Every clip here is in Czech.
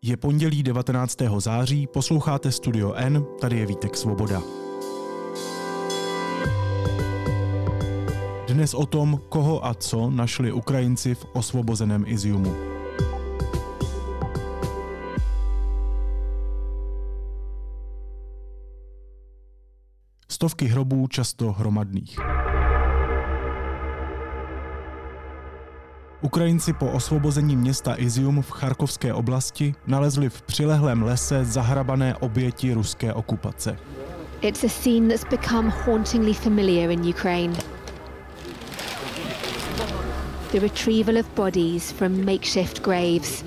Je pondělí 19. září, posloucháte Studio N, tady je Vítek Svoboda. Dnes o tom, koho a co našli Ukrajinci v osvobozeném Iziumu. Stovky hrobů, často hromadných. Ukrajinci po osvobození města Izium v Charkovské oblasti nalezli v přilehlém lese zahrabané oběti ruské okupace. It's a scene that's become hauntingly familiar in Ukraine. The retrieval of bodies from makeshift graves.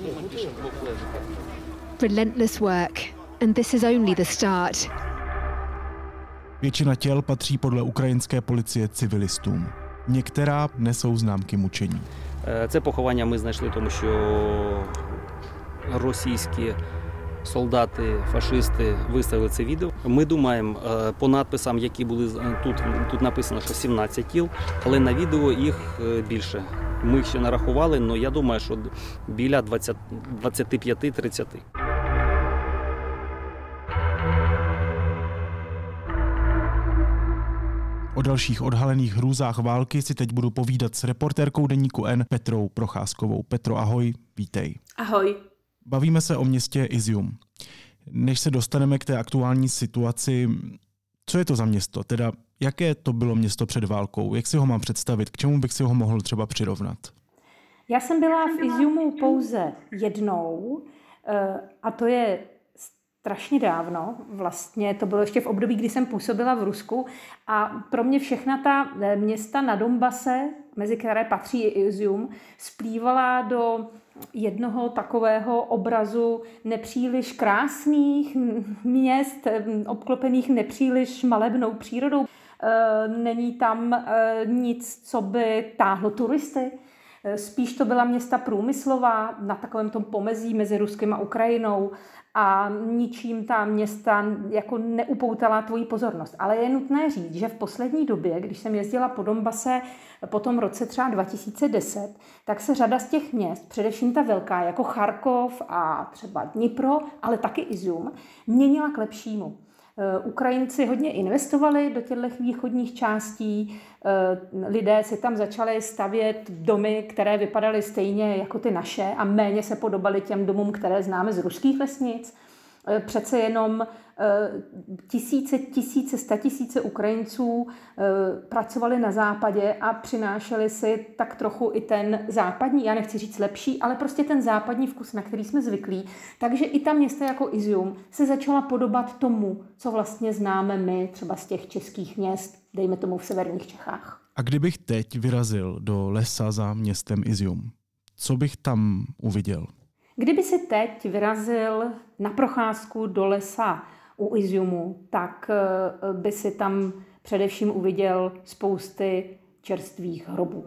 Relentless work, and this is only the start. Většina těl patří podle ukrajinské policie civilistům. Některá nesou známky mučení. Це поховання ми знайшли, тому що російські солдати, фашисти виставили це відео. Ми думаємо, по надписам, які були тут написано, що 17 тіл, але на відео їх більше. Ми їх ще нарахували, але я думаю, що біля 25-30. O dalších odhalených hrůzách války si teď budu povídat s reportérkou deníku N Petrou Procházkovou. Petro, ahoj, vítej. Ahoj. Bavíme se o městě Izium. Než se dostaneme k té aktuální situaci, co je to za město? Teda, jaké to bylo město před válkou? Jak si ho mám představit? K čemu bych si ho mohl třeba přirovnat? Já jsem byla v Iziumu pouze jednou a to je strašně dávno, vlastně to bylo ještě v období, kdy jsem působila v Rusku a pro mě všechna ta města na Donbase, mezi které patří i Izium, splývala do jednoho takového obrazu nepříliš krásných měst, obklopených nepříliš malebnou přírodou. Není tam nic, co by táhlo turisty. Spíš to byla města průmyslová na takovém tom pomezí mezi Ruskem a Ukrajinou a ničím ta města jako neupoutala tvoji pozornost. Ale je nutné říct, že v poslední době, když jsem jezdila po Donbase po tom roce třeba 2010, tak se řada z těch měst, především ta velká, jako Charkov a třeba Dnipro, ale taky Izium, měnila k lepšímu. Ukrajinci hodně investovali do těchto východních částí, lidé si tam začali stavět domy, které vypadaly stejně jako ty naše a méně se podobaly těm domům, které známe z ruských vesnic. Přece jenom statisíce Ukrajinců pracovali na západě a přinášeli si tak trochu i ten západní, já nechci říct lepší, ale prostě ten západní vkus, na který jsme zvyklí. Takže i ta města jako Izium se začala podobat tomu, co vlastně známe my třeba z těch českých měst, dejme tomu v severních Čechách. A kdybych teď vyrazil do lesa za městem Izium, co bych tam uviděl? Kdyby si teď vyrazil na procházku do lesa u Iziumu, tak by si tam především uviděl spousty čerstvých hrobů.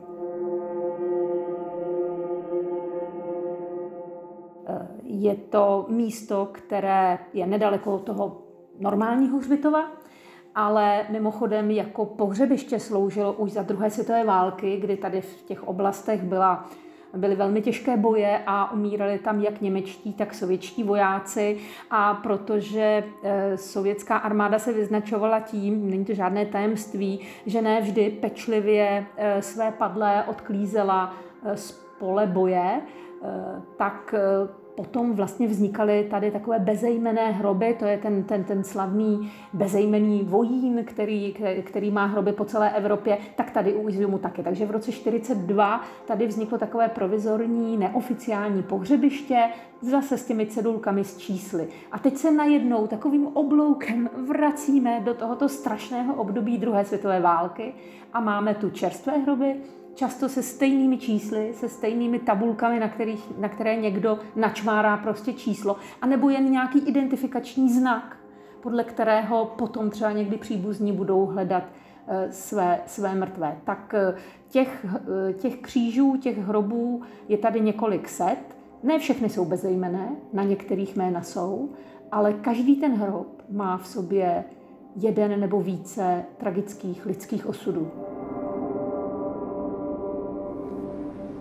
Je to místo, které je nedaleko toho normálního hřbitova, ale mimochodem jako pohřebiště sloužilo už za druhé světové války, kdy tady v těch oblastech byly velmi těžké boje a umírali tam jak němečtí, tak sovětští vojáci a protože sovětská armáda se vyznačovala tím, není to žádné tajemství, že ne vždy pečlivě své padlé odklízela z pole boje, tak potom vlastně vznikaly tady takové bezejmenné hroby, to je ten slavný bezejmenný vojín, který má hroby po celé Evropě, tak tady u Iziumu taky. Takže v roce 1942 tady vzniklo takové provizorní, neoficiální pohřebiště, zase s těmi cedulkami s čísly. A teď se najednou takovým obloukem vracíme do tohoto strašného období druhé světové války a máme tu čerstvé hroby, často se stejnými čísly, se stejnými tabulkami, na které někdo načmárá prostě číslo, anebo jen nějaký identifikační znak, podle kterého potom třeba někdy příbuzní budou hledat své mrtvé. Tak těch křížů, těch hrobů je tady několik set. Ne všechny jsou bezejmenné, na některých jména jsou, ale každý ten hrob má v sobě jeden nebo více tragických lidských osudů.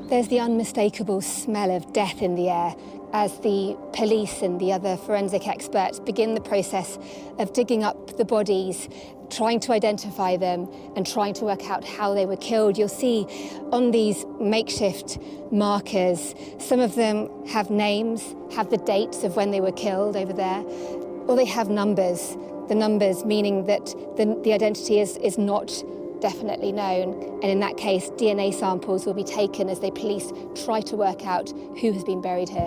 There's the unmistakable smell of death in the air as the police and the other forensic experts begin the process of digging up the bodies, trying to identify them and trying to work out how they were killed. You'll see on these makeshift markers, some of them have names, have the dates of when they were killed over there, or they have numbers. The numbers meaning that the identity is not definitely known, and in that case DNA samples will be taken as the police try to work out who has been buried here.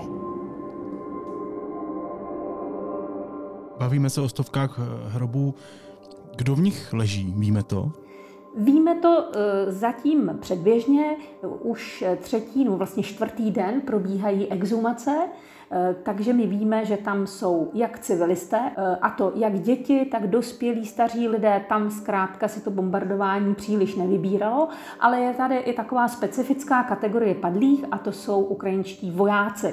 Bavíme se o stovkách hrobů. Kdo v nich leží, víme to? Víme to zatím předběžně, už třetí, nebo vlastně čtvrtý den probíhají exhumace, takže my víme, že tam jsou jak civilisté, a to jak děti, tak dospělí, staří lidé, tam zkrátka si to bombardování příliš nevybíralo, ale je tady i taková specifická kategorie padlých, a to jsou ukrajinští vojáci.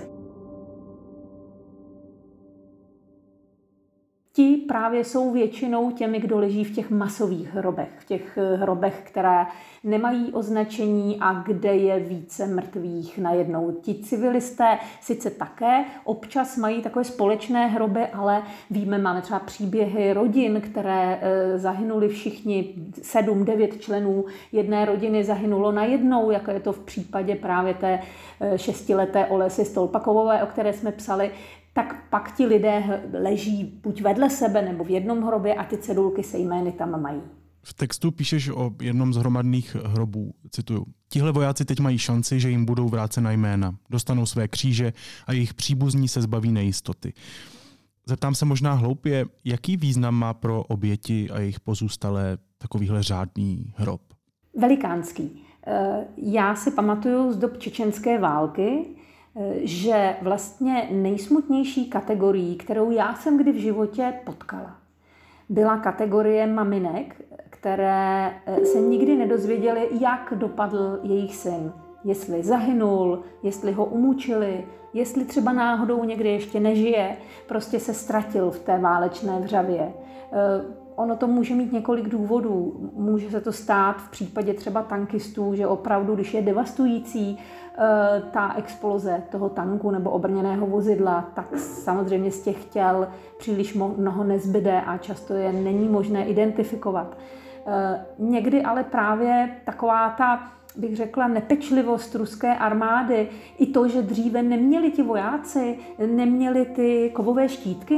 Ti právě jsou většinou těmi, kdo leží v těch masových hrobech, v těch hrobech, které nemají označení a kde je více mrtvých najednou. Ti civilisté sice také občas mají takové společné hroby, ale víme, máme třeba příběhy rodin, které zahynuli všichni, 7-9 členů jedné rodiny zahynulo najednou, jako je to v případě právě té 6leté Olesy Stolpakovové, o které jsme psali. Tak pak ti lidé leží buď vedle sebe nebo v jednom hrobě a ty cedulky se jmény tam mají. V textu píšeš o jednom z hromadných hrobů, cituju. Tihle vojáci teď mají šanci, že jim budou vrácena jména, dostanou své kříže a jejich příbuzní se zbaví nejistoty. Zeptám se možná hloupě, jaký význam má pro oběti a jejich pozůstalé takovýhle řádný hrob? Velikánský. Já si pamatuju z dob čečenské války, že vlastně nejsmutnější kategorií, kterou já jsem kdy v životě potkala, byla kategorie maminek, které se nikdy nedozvěděly, jak dopadl jejich syn. Jestli zahynul, jestli ho umučili, jestli třeba náhodou někde ještě nežije, prostě se ztratil v té válečné vřavě. Ono to může mít několik důvodů. Může se to stát v případě třeba tankistů, že opravdu, když je devastující ta exploze toho tanku nebo obrněného vozidla, tak samozřejmě z těch těl příliš mnoho nezbyde a často je není možné identifikovat. Někdy ale právě taková ta, bych řekla, nepečlivost ruské armády, i to, že dříve neměli ti vojáci, neměli ty kovové štítky.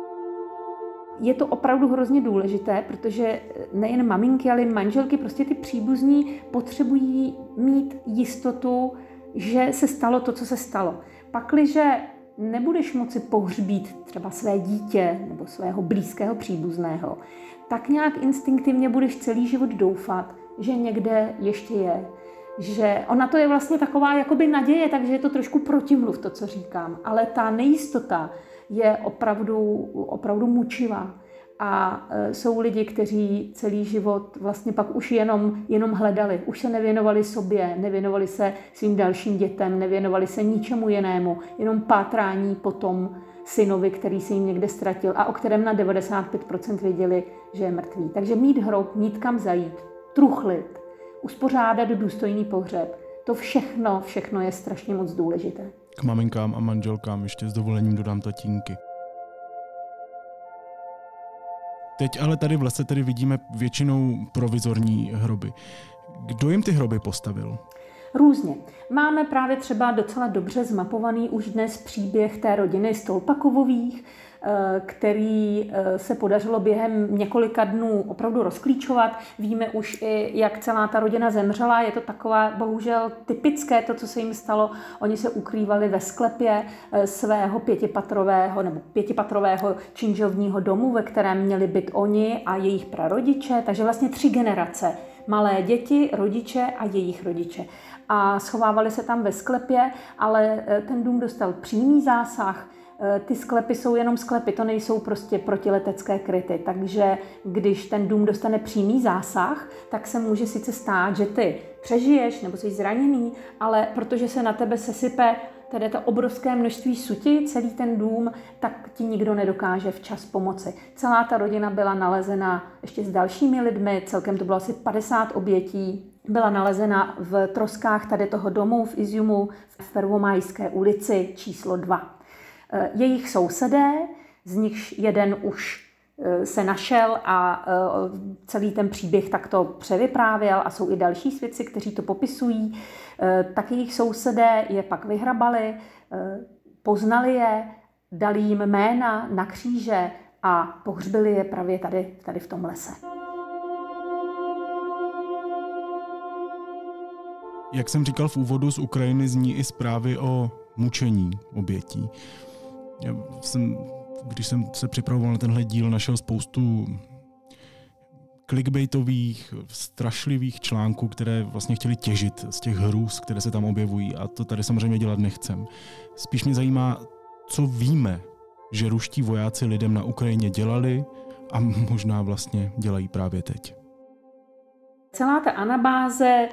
Je to opravdu hrozně důležité, protože nejen maminky, ale i manželky, prostě ty příbuzní potřebují mít jistotu, že se stalo to, co se stalo. Pakliže nebudeš moci pohřbít třeba své dítě nebo svého blízkého příbuzného, tak nějak instinktivně budeš celý život doufat, že někde ještě je. Že ona to je vlastně taková jakoby naděje, takže je to trošku protimluv to, co říkám. Ale ta nejistota je opravdu mučivá. A jsou lidi, kteří celý život vlastně pak už jenom hledali. Už se nevěnovali sobě, nevěnovali se svým dalším dětem, nevěnovali se ničemu jinému, jenom pátrání po tom synovi, který se jim někde ztratil a o kterém na 95% věděli, že je mrtvý. Takže mít hrob, mít kam zajít, truchlit, uspořádat důstojný pohřeb, to všechno je strašně moc důležité. K maminkám a manželkám ještě s dovolením dodám tatínky. Teď ale tady v lese vidíme většinou provizorní hroby. Kdo jim ty hroby postavil? Různě. Máme právě třeba docela dobře zmapovaný už dnes příběh té rodiny Stolpakovových, který se podařilo během několika dnů opravdu rozklíčovat. Víme už i, jak celá ta rodina zemřela. Je to takové bohužel typické, to, co se jim stalo. Oni se ukrývali ve sklepě svého pětipatrového činžovního domu, ve kterém měli byt oni a jejich prarodiče. Takže vlastně 3 generace. Malé děti, rodiče a jejich rodiče. A schovávali se tam ve sklepě, ale ten dům dostal přímý zásah. Ty sklepy jsou jenom sklepy, to nejsou prostě protiletecké kryty. Takže když ten dům dostane přímý zásah, tak se může sice stát, že ty přežiješ nebo jsi zraněný, ale protože se na tebe sesype tedy to obrovské množství suti, celý ten dům, tak ti nikdo nedokáže včas pomoci. Celá ta rodina byla nalezena ještě s dalšími lidmi, celkem to bylo asi 50 obětí byla nalezena v troskách tady toho domu v Iziumu v Prvomajské ulici číslo 2. Jejich sousedé, z nichž jeden už se našel a celý ten příběh takto převyprávěl a jsou i další svědci, kteří to popisují, tak jejich sousedé je pak vyhrabali, poznali je, dali jim jména na kříže a pohřbili je právě tady v tom lese. Jak jsem říkal v úvodu, z Ukrajiny zní i zprávy o mučení obětí. Když jsem se připravoval na tenhle díl, našel spoustu clickbaitových, strašlivých článků, které vlastně chtěli těžit z těch hrůz, které se tam objevují, a to tady samozřejmě dělat nechcem. Spíš mě zajímá, co víme, že ruští vojáci lidem na Ukrajině dělali a možná vlastně dělají právě teď. Celá ta anabáze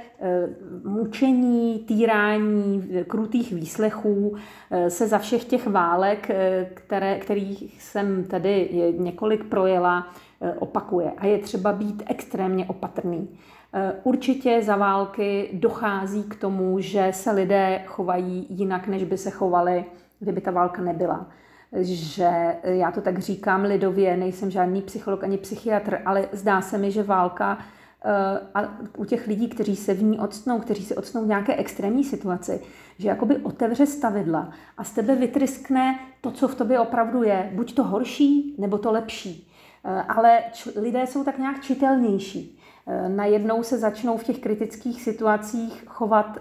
mučení, týrání, krutých výslechů se za všech těch válek, kterých jsem tady několik projela, opakuje. A je třeba být extrémně opatrný. Určitě za války dochází k tomu, že se lidé chovají jinak, než by se chovali, kdyby ta válka nebyla. Že já to tak říkám lidově, nejsem žádný psycholog ani psychiatr, ale zdá se mi, že válka a u těch lidí, kteří se v ní odstnou, kteří se odstnou v nějaké extrémní situaci, že jakoby otevře stavidla a z tebe vytryskne to, co v tobě opravdu je, buď to horší, nebo to lepší. Ale lidé jsou tak nějak čitelnější. Najednou se začnou v těch kritických situacích chovat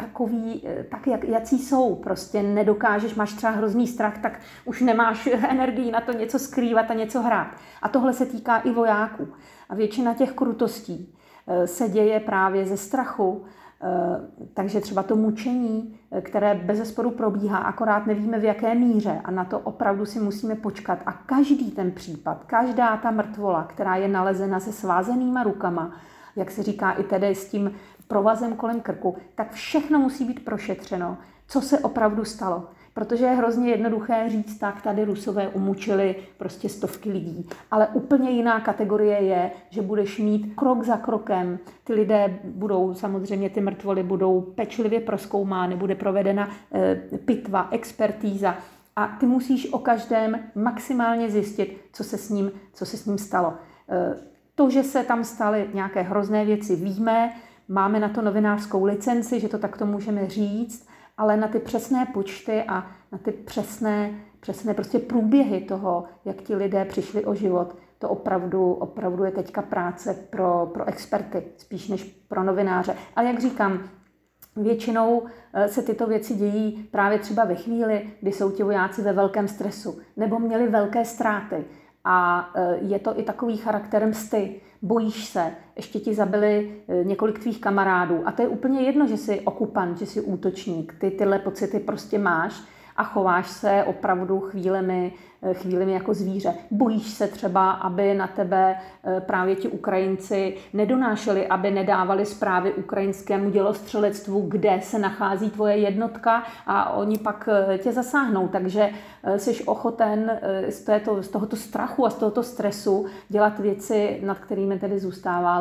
tak jací jsou. Prostě nedokážeš, máš třeba hrozný strach, tak už nemáš energii na to něco skrývat a něco hrát. A tohle se týká i vojáků. A většina těch krutostí se děje právě ze strachu, takže třeba to mučení, které bezesporu probíhá, akorát nevíme v jaké míře a na to opravdu si musíme počkat. A každý ten případ, každá ta mrtvola, která je nalezena se svázenýma rukama, jak se říká i tedy s tím provazem kolem krku, tak všechno musí být prošetřeno, co se opravdu stalo. Protože je hrozně jednoduché říct, tak tady Rusové umučili prostě stovky lidí. Ale úplně jiná kategorie je, že budeš mít krok za krokem. Ty lidé budou, samozřejmě ty mrtvoly budou pečlivě prozkoumány, bude provedena pitva, expertíza. A ty musíš o každém maximálně zjistit, co se s ním stalo. To, že se tam staly nějaké hrozné věci, víme, máme na to novinářskou licenci, že to takto můžeme říct, ale na ty přesné počty a na ty přesné prostě průběhy toho, jak ti lidé přišli o život, to opravdu je teďka práce pro experty, spíš než pro novináře. Ale jak říkám, většinou se tyto věci dějí právě třeba ve chvíli, kdy jsou ti vojáci ve velkém stresu nebo měli velké ztráty. A je to i takový charakter msty. Bojíš se, ještě ti zabili několik tvých kamarádů. A to je úplně jedno, že jsi okupant, že jsi útočník. Ty tyhle pocity prostě máš a chováš se opravdu chvílemi jako zvíře. Bojíš se třeba, aby na tebe právě ti Ukrajinci nedonášeli, aby nedávali zprávy ukrajinskému dělostřelectvu, kde se nachází tvoje jednotka a oni pak tě zasáhnou. Takže jsi ochoten z tohoto strachu a z tohoto stresu dělat věci, nad kterými tedy zůstává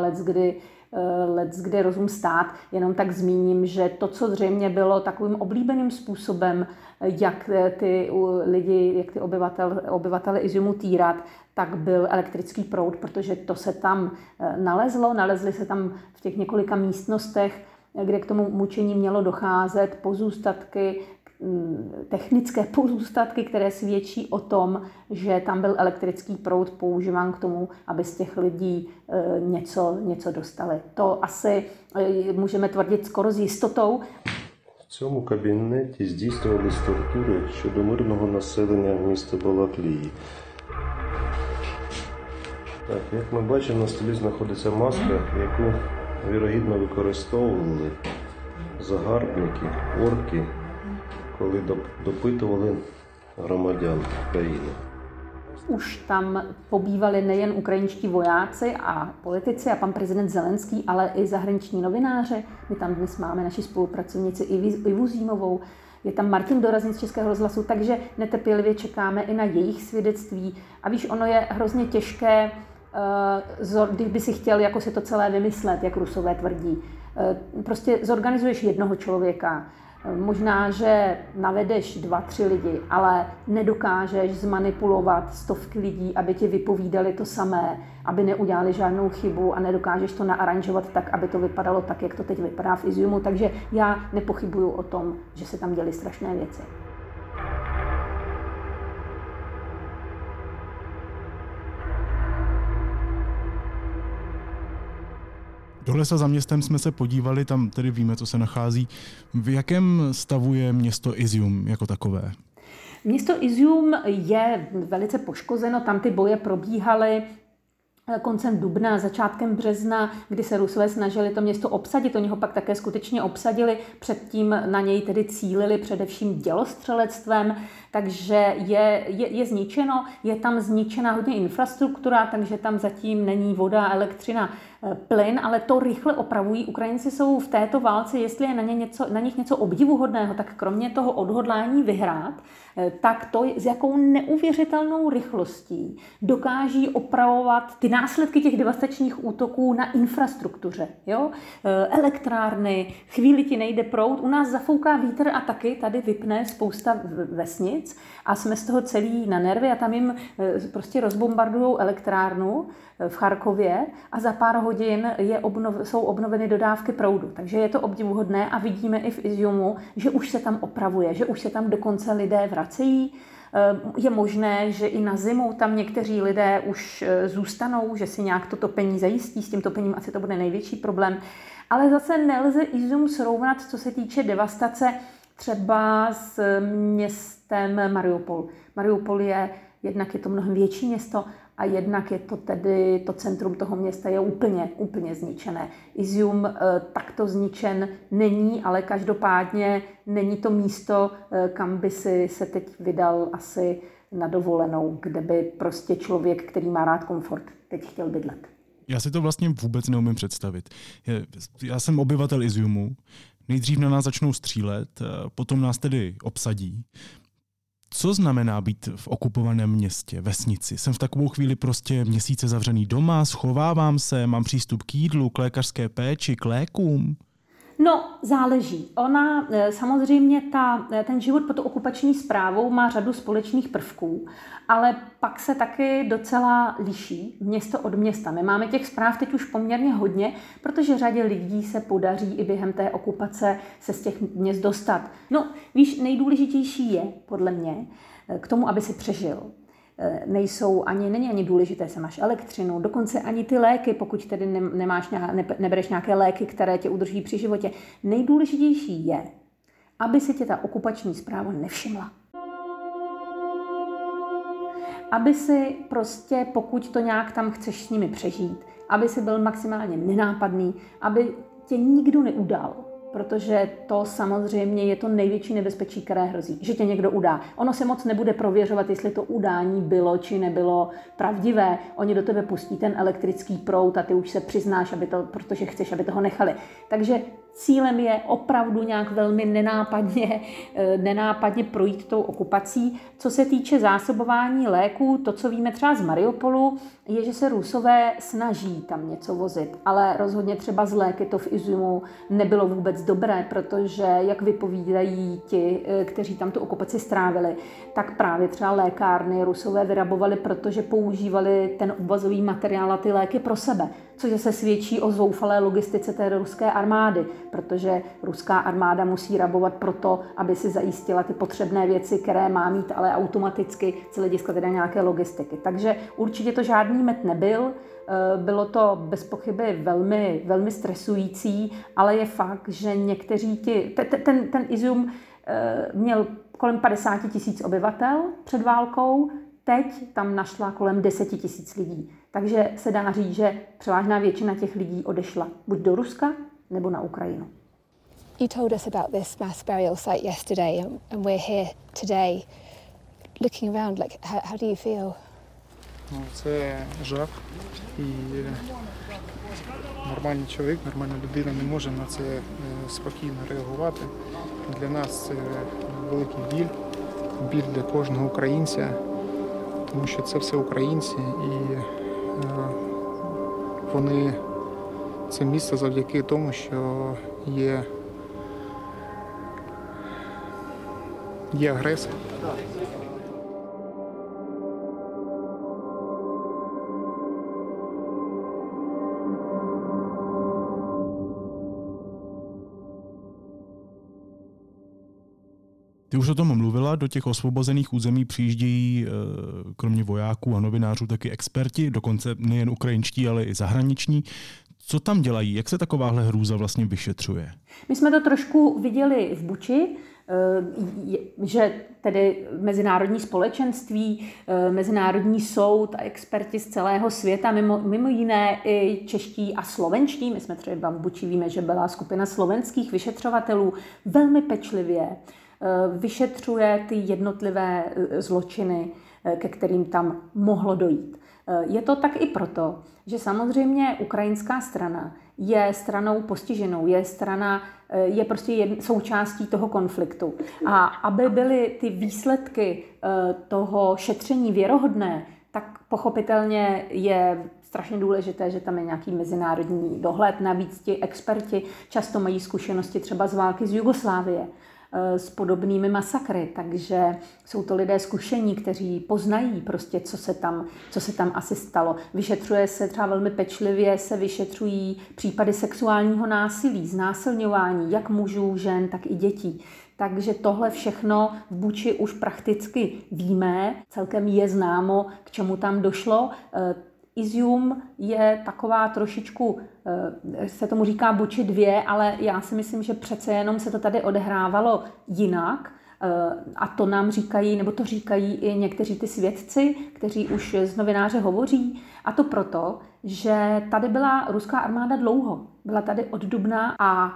leckdy rozum stát. Jenom tak zmíním, že to, co zřejmě bylo takovým oblíbeným způsobem, jak ty obyvatele Iziumu týrat, tak byl elektrický proud, protože to se tam nalezly se tam v těch několika místnostech, kde k tomu mučení mělo docházet, technické pozůstatky, které svědčí o tom, že tam byl elektrický proud používán k tomu, aby z těch lidí něco dostali. To asi můžeme tvrdit skoro s jistotou. В цьому кабінеті здійснювались тортури щодо мирного населення міста Балаклії. Так, як ми бачимо, на столі знаходиться маска, яку вірогідно використовували загарбники, орки, коли допитували громадян країни. Už tam pobývali nejen ukrajinští vojáci a politici a pan prezident Zelenský, ale i zahraniční novináři. My tam dnes máme naši spolupracovnici Ivu Zímovou, je tam Martin Dorazin z Českého rozhlasu, takže netrpělivě čekáme i na jejich svědectví. A víš, ono je hrozně těžké, kdyby si chtěl jako si to celé vymyslet, jak Rusové tvrdí. Prostě zorganizuješ jednoho člověka, možná, že navedeš 2-3 lidi, ale nedokážeš zmanipulovat stovky lidí, aby ti vypovídali to samé, aby neudělali žádnou chybu a nedokážeš to naaranžovat tak, aby to vypadalo tak, jak to teď vypadá v Iziumu. Takže já nepochybuju o tom, že se tam děly strašné věci. Do lesa za městem jsme se podívali, tam tedy víme, co se nachází. V jakém stavu je město Izium jako takové? Město Izium je velice poškozeno, tam ty boje probíhaly koncem dubna, začátkem března, kdy se Rusové snažili to město obsadit. Oni ho pak také skutečně obsadili, předtím na něj tedy cílili především dělostřelectvem, takže je zničeno, je tam zničena hodně infrastruktura, takže tam zatím není voda, elektřina, plyn, ale to rychle opravují. Ukrajinci jsou v této válce, jestli je na nich něco obdivuhodného, tak kromě toho odhodlání vyhrát, tak to, s jakou neuvěřitelnou rychlostí dokáží opravovat ty následky těch devastačních útoků na infrastruktuře. Jo? Elektrárny, chvíli ti nejde proud, u nás zafouká vítr a taky tady vypne spousta vesnic a jsme z toho celý na nervy a tam jim prostě rozbombardujou elektrárnu v Charkově a za pár hodin jsou obnoveny dodávky proudu. Takže je to obdivuhodné a vidíme i v Iziumu, že už se tam opravuje, že už se tam dokonce lidé vracejí. Je možné, že i na zimu tam někteří lidé už zůstanou, že si nějak to topení zajistí, s tím topením asi to bude největší problém. Ale zase nelze Izium srovnat, co se týče devastace třeba s městem Mariupol. Mariupol jednak je to mnohem větší město a jednak je to tedy, to centrum toho města je úplně zničené. Izium takto zničen není, ale každopádně není to místo, kam by si se teď vydal asi na dovolenou, kde by prostě člověk, který má rád komfort, teď chtěl bydlet. Já si to vlastně vůbec neumím představit. Já jsem obyvatel Iziumu, nejdřív na nás začnou střílet, potom nás tedy obsadí. Co znamená být v okupovaném městě, vesnici? Jsem v takovou chvíli prostě měsíce zavřený doma, schovávám se, mám přístup k jídlu, k lékařské péči, k lékům? No, záleží. Samozřejmě ten život pod okupační správou má řadu společných prvků, ale pak se taky docela liší město od města. My máme těch zpráv teď už poměrně hodně, protože řadě lidí se podaří i během té okupace se z těch měst dostat. No, víš, nejdůležitější je, podle mě, k tomu, aby si přežil. Není ani důležité, že máš elektřinu, dokonce ani ty léky, pokud tedy nebereš nějaké léky, které tě udrží při životě. Nejdůležitější je, aby si tě ta okupační správa nevšimla. Aby si prostě, pokud to nějak tam chceš s nimi přežít, aby si byl maximálně nenápadný, aby tě nikdo neudal. Protože to samozřejmě je to největší nebezpečí, které hrozí, že tě někdo udá. Ono se moc nebude prověřovat, jestli to udání bylo či nebylo pravdivé. Oni do tebe pustí ten elektrický proud a ty už se přiznáš, protože chceš, aby toho nechali. Takže cílem je opravdu nějak velmi nenápadně projít tou okupací. Co se týče zásobování léků, to, co víme třeba z Mariupolu, je, že se Rusové snaží tam něco vozit, ale rozhodně třeba z léky to v Iziumu nebylo vůbec dobré, protože, jak vypovídají ti, kteří tam tu okupaci strávili, tak právě třeba lékárny Rusové vyrabovali, protože používali ten obvazový materiál a ty léky pro sebe, což se svědčí o zoufalé logistice té ruské armády, protože ruská armáda musí rabovat proto, aby si zajistila ty potřebné věci, které má mít, ale automaticky z hlediska teda nějaké logistiky. Takže určitě to žádný met nebyl, bylo to bez pochyby velmi, velmi stresující, ale je fakt, že někteří ten Izium měl kolem 50 000 obyvatel před válkou, teď tam našla kolem 10 000 lidí. Takže se dá říct, že převážná většina těch lidí odešla buď do Ruska, nebo na Ukrajinu. You told us about this mass burial site yesterday and we're here today. Looking around, like, how do you feel? Ну, це жах. І нормальний чоловік, нормальна людина не може на це спокійно реагувати. Для нас це великий біль для кожного українця, тому що це все українці, і вони це місце завдяки тому, що є агресор. Ty už o tom mluvila, do těch osvobozených území přijíždějí kromě vojáků a novinářů taky experti, dokonce nejen ukrajinští, ale i zahraniční. Co tam dělají? Jak se takováhle hrůza vlastně vyšetřuje? My jsme to trošku viděli v Buči, že tedy mezinárodní společenství, mezinárodní soud a experti z celého světa, mimo jiné i čeští a slovenští, my jsme třeba v Buči víme, že byla skupina slovenských vyšetřovatelů, velmi pečlivě vyšetřuje ty jednotlivé zločiny, ke kterým tam mohlo dojít. Je to tak i proto, že samozřejmě ukrajinská strana je stranou postiženou, je prostě součástí toho konfliktu. A aby byly ty výsledky toho šetření věrohodné, tak pochopitelně je strašně důležité, že tam je nějaký mezinárodní dohled. Navíc ti experti často mají zkušenosti třeba z války z Jugoslávie, s podobnými masakry, takže jsou to lidé zkušení, kteří poznají prostě, co se tam asi stalo. Vyšetřuje se třeba velmi pečlivě, se vyšetřují případy sexuálního násilí, znásilňování, jak mužů, žen, tak i dětí. Takže tohle všechno v Buči už prakticky víme, celkem je známo, k čemu tam došlo. Izium je taková trošičku, se tomu říká Buči 2, ale já si myslím, že přece jenom se to tady odehrávalo jinak. A to nám říkají, nebo to říkají i někteří ty svědci, kteří už z novináře hovoří. A to proto, že tady byla ruská armáda dlouho. Byla tady od dubna a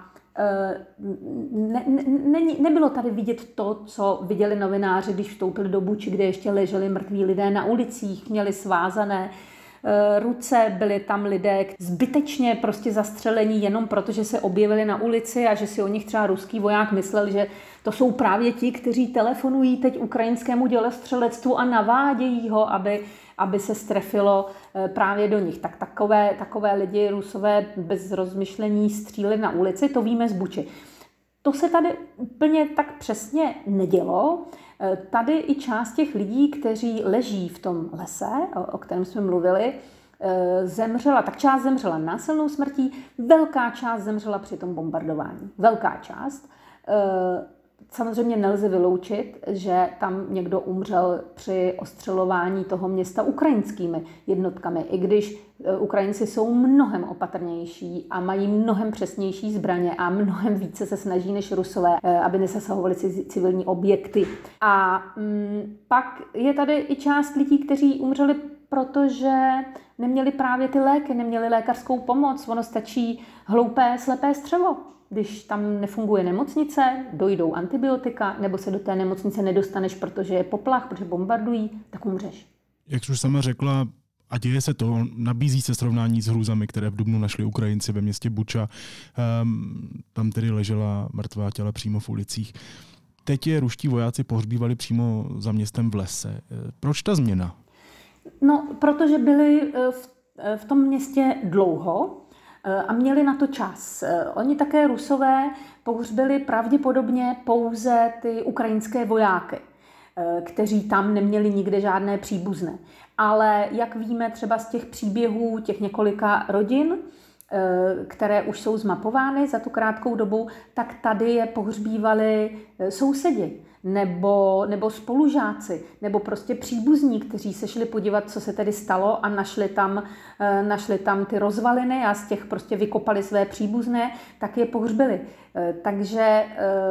nebylo tady vidět to, co viděli novináři, když vstoupili do Buči, kde ještě leželi mrtví lidé na ulicích, měli svázané ruce, byli tam lidé zbytečně prostě zastřelení jenom proto, že se objevili na ulici a že si o nich třeba ruský voják myslel, že to jsou právě ti, kteří telefonují teď ukrajinskému dělostřelectvu a navádějí ho, aby se strefilo právě do nich. Tak takové lidi Rusové bez rozmyšlení stříleli na ulici, to víme z Buči. To se tady úplně tak přesně nedělo. Tady i část těch lidí, kteří leží v tom lese, o kterém jsme mluvili, zemřela. Tak část zemřela násilnou smrtí, velká část zemřela při tom bombardování. Velká část. Samozřejmě nelze vyloučit, že tam někdo umřel při ostřelování toho města ukrajinskými jednotkami, i když Ukrajinci jsou mnohem opatrnější a mají mnohem přesnější zbraně a mnohem více se snaží než Rusové, aby nezasahovali civilní objekty. A pak je tady i část lidí, kteří umřeli, protože neměli právě ty léky, neměli lékařskou pomoc. Ono stačí hloupé, slepé střevo. Když tam nefunguje nemocnice, dojdou antibiotika, nebo se do té nemocnice nedostaneš, protože je poplach, protože bombardují, tak umřeš. Jak už sama řekla, a děje se to, nabízí se srovnání s hrůzami, které v dubnu našli Ukrajinci ve městě Buča. Tam tedy ležela mrtvá těla přímo v ulicích. Teď je ruští vojáci pohřbívali přímo za městem v lese. Proč ta změna? No, protože byli v tom městě dlouho a měli na to čas. Oni také Rusové pohřbili pravděpodobně pouze ty ukrajinské vojáky, kteří tam neměli nikde žádné příbuzné. Ale jak víme třeba z těch příběhů těch několika rodin, které už jsou zmapovány za tu krátkou dobu, tak tady je pohřbívali sousedi nebo spolužáci, nebo prostě příbuzní, kteří se šli podívat, co se tedy stalo a našli tam ty rozvaliny a z těch prostě vykopali své příbuzné, tak je pohřbili. Takže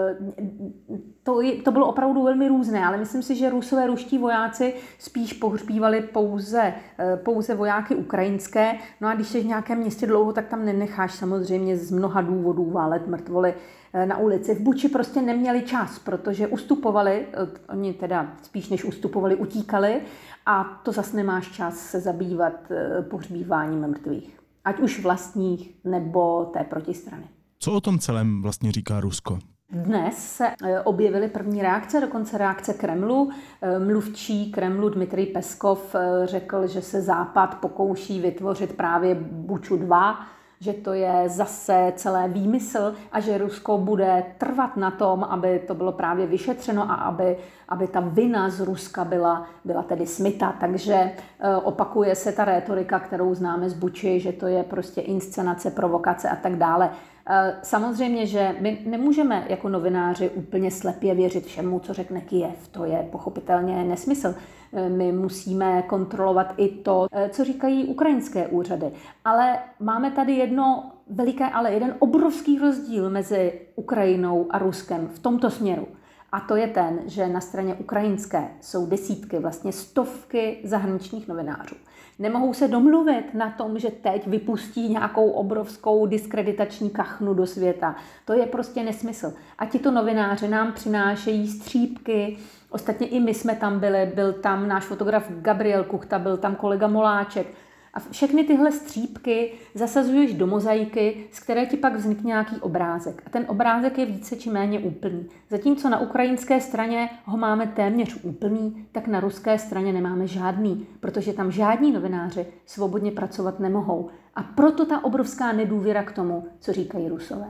to bylo opravdu velmi různé, ale myslím si, že ruští vojáci spíš pohřbívali pouze vojáky ukrajinské. No a když jsi v nějakém městě dlouho, tak tam nenecháš samozřejmě z mnoha důvodů válet mrtvoly na ulici. V Buči prostě neměli čas, protože ustupovali, oni teda spíš než ustupovali, utíkali a to zase nemáš čas se zabývat pohřbíváním mrtvých. Ať už vlastních nebo té protistrany. Co o tom celém vlastně říká Rusko? Dnes se objevily první reakce, dokonce reakce Kremlu. Mluvčí Kremlu Dmitrij Peskov řekl, že se Západ pokouší vytvořit právě Buču 2, že to je zase celé výmysl a že Rusko bude trvat na tom, aby to bylo právě vyšetřeno a aby ta vina z Ruska byla tedy smyta. Takže opakuje se ta rétorika, kterou známe z Buči, že to je prostě inscenace, provokace a tak dále. Samozřejmě, že my nemůžeme jako novináři úplně slepě věřit všemu, co řekne Kyjev. To je pochopitelně nesmysl. My musíme kontrolovat i to, co říkají ukrajinské úřady. Ale máme tady jeden obrovský rozdíl mezi Ukrajinou a Ruskem v tomto směru. A to je ten, že na straně ukrajinské jsou desítky, vlastně stovky zahraničních novinářů. Nemohou se domluvit na tom, že teď vypustí nějakou obrovskou diskreditační kachnu do světa. To je prostě nesmysl. A tito novináři nám přinášejí střípky. Ostatně i my jsme tam byli, byl tam náš fotograf Gabriel Kuchta, byl tam kolega Moláček. A všechny tyhle střípky zasazuješ do mozaiky, z které ti pak vznikne nějaký obrázek. A ten obrázek je více či méně úplný. Zatímco na ukrajinské straně ho máme téměř úplný, tak na ruské straně nemáme žádný, protože tam žádní novináři svobodně pracovat nemohou. A proto ta obrovská nedůvěra k tomu, co říkají Rusové.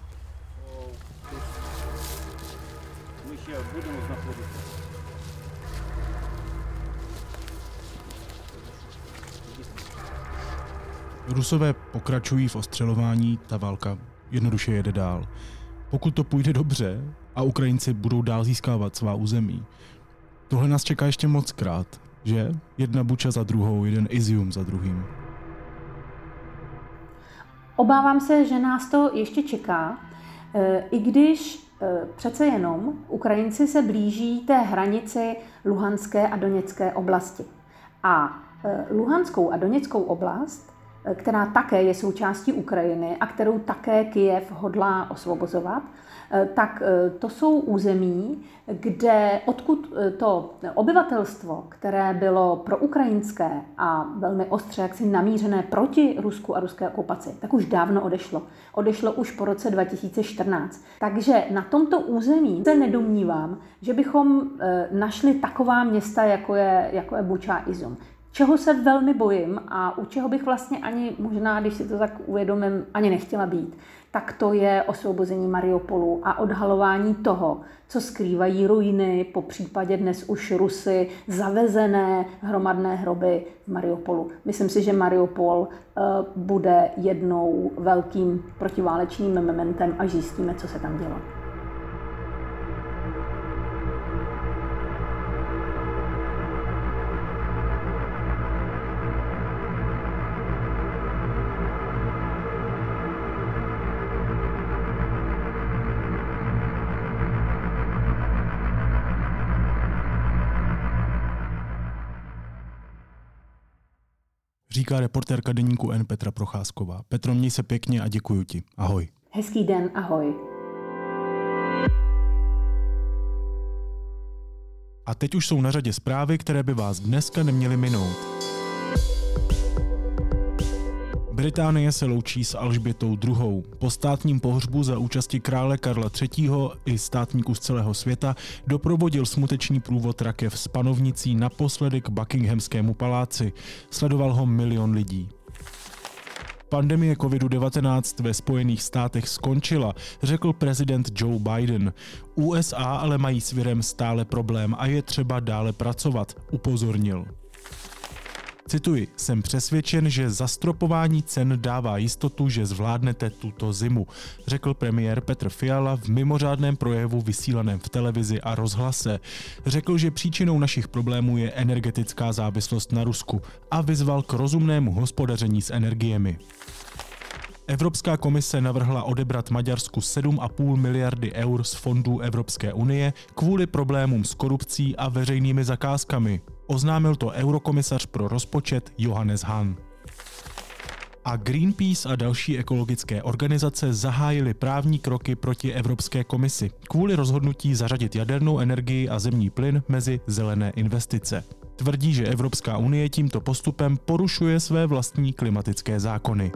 My ще budeme знаходитися. Rusové pokračují v ostřelování, ta válka jednoduše jede dál. Pokud to půjde dobře a Ukrajinci budou dál získávat svá území, tohle nás čeká ještě moc krát, že? Jedna Buča za druhou, jeden Izium za druhým. Obávám se, že nás to ještě čeká, i když přece jenom Ukrajinci se blíží té hranici Luhanské a Doněcké oblasti. A Luhanskou a Doněckou oblast, která také je součástí Ukrajiny a kterou také Kyjev hodlá osvobozovat, tak to jsou území, odkud to obyvatelstvo, které bylo proukrajinské a velmi ostře jaksi namířené proti Rusku a ruské okupaci, tak už dávno odešlo. Odešlo už po roce 2014. Takže na tomto území se nedomnívám, že bychom našli taková města, jako je Buča a Izum. Čeho se velmi bojím a u čeho bych vlastně ani možná, když si to tak uvědomím, ani nechtěla být, tak to je osvobození Mariupolu a odhalování toho, co skrývají ruiny, po případě dnes už Rusy zavezené hromadné hroby v Mariupolu. Myslím si, že Mariupol bude jednou velkým protiválečným mementem, až zjistíme, co se tam dělo. Říká reportérka deníku N Petra Procházková. Petro, měj se pěkně a děkuju ti. Ahoj. Hezký den, ahoj. A teď už jsou na řadě zprávy, které by vás dneska neměly minout. Británie se loučí s Alžbětou II. Po státním pohřbu za účasti krále Karla III. I státníků z celého světa doprovodil smutečný průvod rakev s panovnicí naposledy k Buckinghamskému paláci. Sledoval ho 1 milion lidí. Pandemie COVID-19 ve Spojených státech skončila, řekl prezident Joe Biden. USA ale mají s virem stále problém a je třeba dále pracovat, upozornil. Cituji, jsem přesvědčen, že zastropování cen dává jistotu, že zvládnete tuto zimu, řekl premiér Petr Fiala v mimořádném projevu vysílaném v televizi a rozhlase. Řekl, že příčinou našich problémů je energetická závislost na Rusku a vyzval k rozumnému hospodaření s energiemi. Evropská komise navrhla odebrat Maďarsku 7,5 miliardy eur z fondů Evropské unie kvůli problémům s korupcí a veřejnými zakázkami. Oznámil to eurokomisař pro rozpočet Johannes Hahn. A Greenpeace a další ekologické organizace zahájily právní kroky proti Evropské komisi kvůli rozhodnutí zařadit jadernou energii a zemní plyn mezi zelené investice. Tvrdí, že Evropská unie tímto postupem porušuje své vlastní klimatické zákony.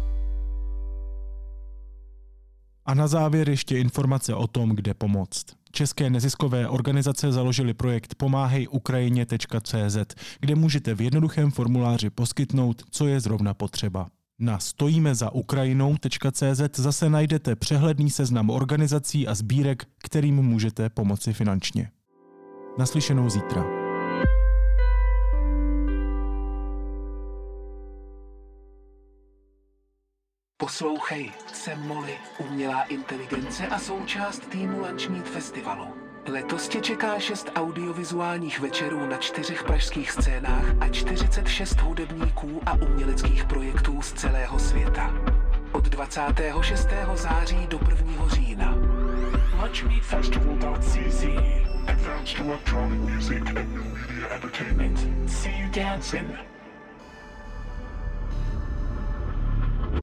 A na závěr ještě informace o tom, kde pomoct. české neziskové organizace založili projekt pomáhejukrajině.cz, kde můžete v jednoduchém formuláři poskytnout, co je zrovna potřeba. Na stojimezaukrajinou.cz zase najdete přehledný seznam organizací a sbírek, kterým můžete pomoci finančně. Naslyšenou zítra. Poslouchej, jsem Molly, umělá inteligence a součást týmu Lunch Meet Festivalu. Letos tě čeká 6 audiovizuálních večerů na 4 pražských scénách a 46 hudebníků a uměleckých projektů z celého světa. Od 26. září do 1. října. LunchMeetFestival.cz Advanced electronic music and new media entertainment. See you dancing.